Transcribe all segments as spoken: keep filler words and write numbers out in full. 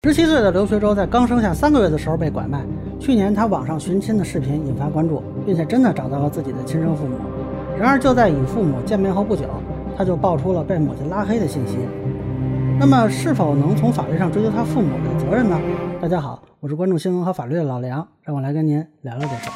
十七岁的刘学周在刚生下三个月的时候被拐卖。去年他网上寻亲的视频引发关注，并且真的找到了自己的亲生父母。然而就在与父母见面后不久，他就爆出了被母亲拉黑的信息。那么是否能从法律上追究他父母的责任呢？大家好，我是关注新闻和法律的老梁，让我来跟您聊聊这事儿。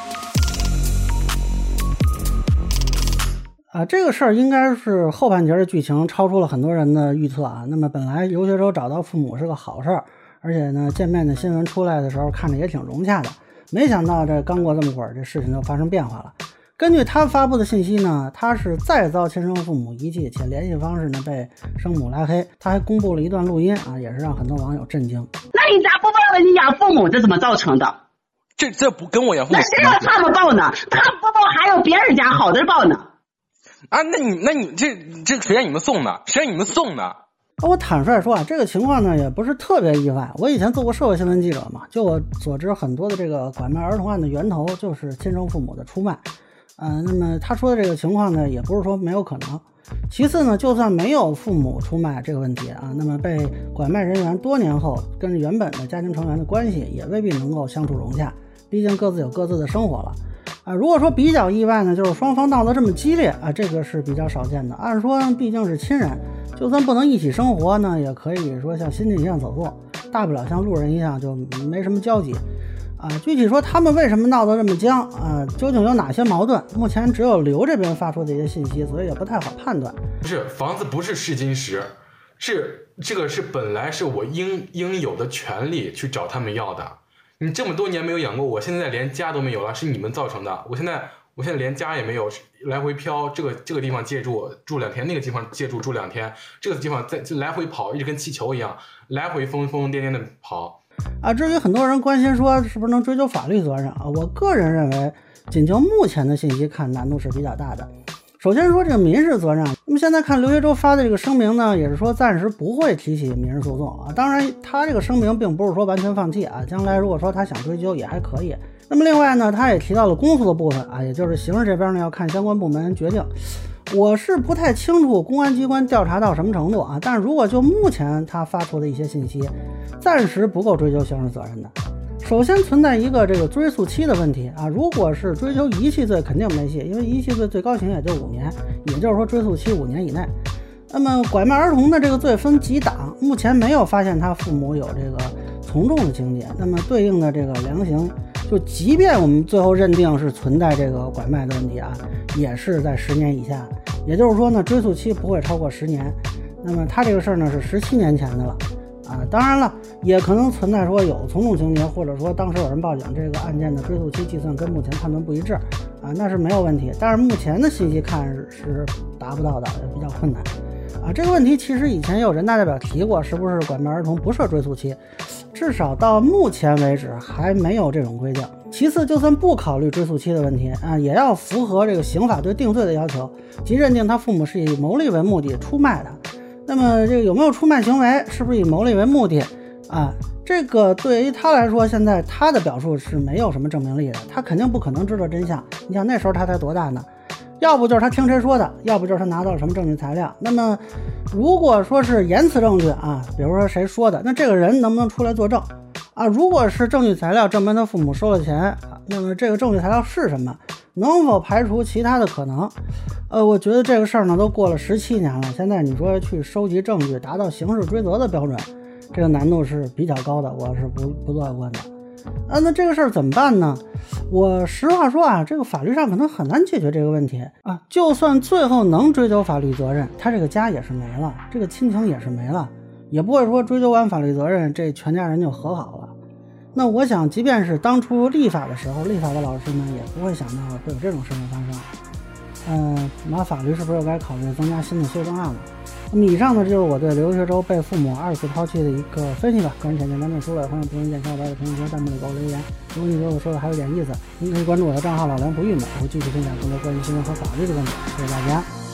啊，这个事儿应该是后半截的剧情超出了很多人的预测啊。那么本来刘学周找到父母是个好事儿，而且呢，见面的新闻出来的时候看着也挺融洽的，没想到这刚过这么会儿，这事情就发生变化了。根据他发布的信息呢，他是再遭亲生父母遗弃，且联系方式呢被生母拉黑。他还公布了一段录音啊，也是让很多网友震惊。 那你咋不报了？你养父母这怎么造成的？ 这这不跟我养父母？ 那谁让他们报呢？他们不报，还有别人家好的报呢。 啊，那你那你这这谁让你们送的？谁让你们送的？ 我坦率说啊，这个情况呢也不是特别意外。我以前做过社会新闻记者嘛，就我所知，很多的这个拐卖儿童案的源头就是亲生父母的出卖。呃，那么他说的这个情况呢，也不是说没有可能。其次呢，就算没有父母出卖这个问题啊，那么被拐卖人员多年后跟原本的家庭成员的关系也未必能够相处融洽，毕竟各自有各自的生活了。啊，如果说比较意外呢，就是双方闹得这么激烈啊，这个是比较少见的。按说毕竟是亲人，就算不能一起生活呢，也可以说像亲戚一样走动，大不了像路人一样就没什么交集。啊，具体说他们为什么闹得这么僵啊？究竟有哪些矛盾？目前只有刘这边发出的一些信息，所以也不太好判断。 不是，房子不是试金石，是这个是本来是我应应有的权利去找他们要的。你这么多年没有养过我，现在连家都没有了，是你们造成的。我现在我现在连家也没有，来回飘，这个这个地方借住住两天，那个地方借住住两天，这个地方再就来回跑，一直跟气球一样，来回疯疯癫癫的跑。 啊，至于很多人关心说是不是能追究法律责任啊，我个人认为，仅就目前的信息看，难度是比较大的。首先说这个民事责任，那么现在看刘学周发的这个声明呢，也是说暂时不会提起民事诉讼啊。当然，他这个声明并不是说完全放弃啊，将来如果说他想追究也还可以。那么另外呢，他也提到了公诉的部分啊，也就是刑事这边呢要看相关部门决定。我是不太清楚公安机关调查到什么程度啊，但是如果就目前他发出的一些信息，暂时不够追究刑事责任的。首先存在一个这个追诉期的问题啊，如果是追究遗弃罪肯定没戏，因为遗弃罪最高刑也就五年，也就是说追诉期五年以内。那么拐卖儿童的这个罪分几档，目前没有发现他父母有这个从重的情节，那么对应的这个量刑，就即便我们最后认定是存在这个拐卖的问题啊，也是在十年以下，也就是说呢，追诉期不会超过十年。那么他这个事儿呢是十七年前的了。啊，当然了，也可能存在说有从重情节，或者说当时有人报警，这个案件的追诉期计算跟目前判断不一致，啊，那是没有问题。但是目前的信息看是达不到的，也比较困难。啊，这个问题其实以前也有人大代表提过，是不是拐卖儿童不设追诉期？至少到目前为止还没有这种规定。其次，就算不考虑追诉期的问题啊，也要符合这个刑法对定罪的要求，即认定他父母是以牟利为目的出卖的。那么这个有没有出卖行为，是不是以牟利为目的啊？这个对于他来说，现在他的表述是没有什么证明力的，他肯定不可能知道真相。你想那时候他才多大呢？要不就是他听谁说的，要不就是他拿到了什么证据材料。那么如果说是言辞证据啊，比如说谁说的，那这个人能不能出来作证啊？如果是证据材料证明他父母收了钱啊，那么这个证据材料是什么？能否排除其他的可能？呃，我觉得这个事儿呢都过了十七年了，现在你说去收集证据达到刑事追责的标准，这个难度是比较高的，我是不不乐观的。啊，那这个事儿怎么办呢？我实话说啊，这个法律上可能很难解决这个问题啊。就算最后能追究法律责任，他这个家也是没了，这个亲情也是没了，也不会说追究完法律责任，这全家人就和好了。那我想，即便是当初立法的时候，立法的老师们也不会想到会有这种事情发生。嗯，那法律是不是又该考虑增加新的修正案了？那么以上呢，就是我对刘学周被父母二次抛弃的一个分析吧。个人浅见难免疏漏，欢迎不用见小伙伴在评论区弹幕里给我留言。如果你觉得我说的还有点意思，您可以关注我的账号老梁不郁闷，我会继续分享更多关于新闻和法律的问题。谢谢大家。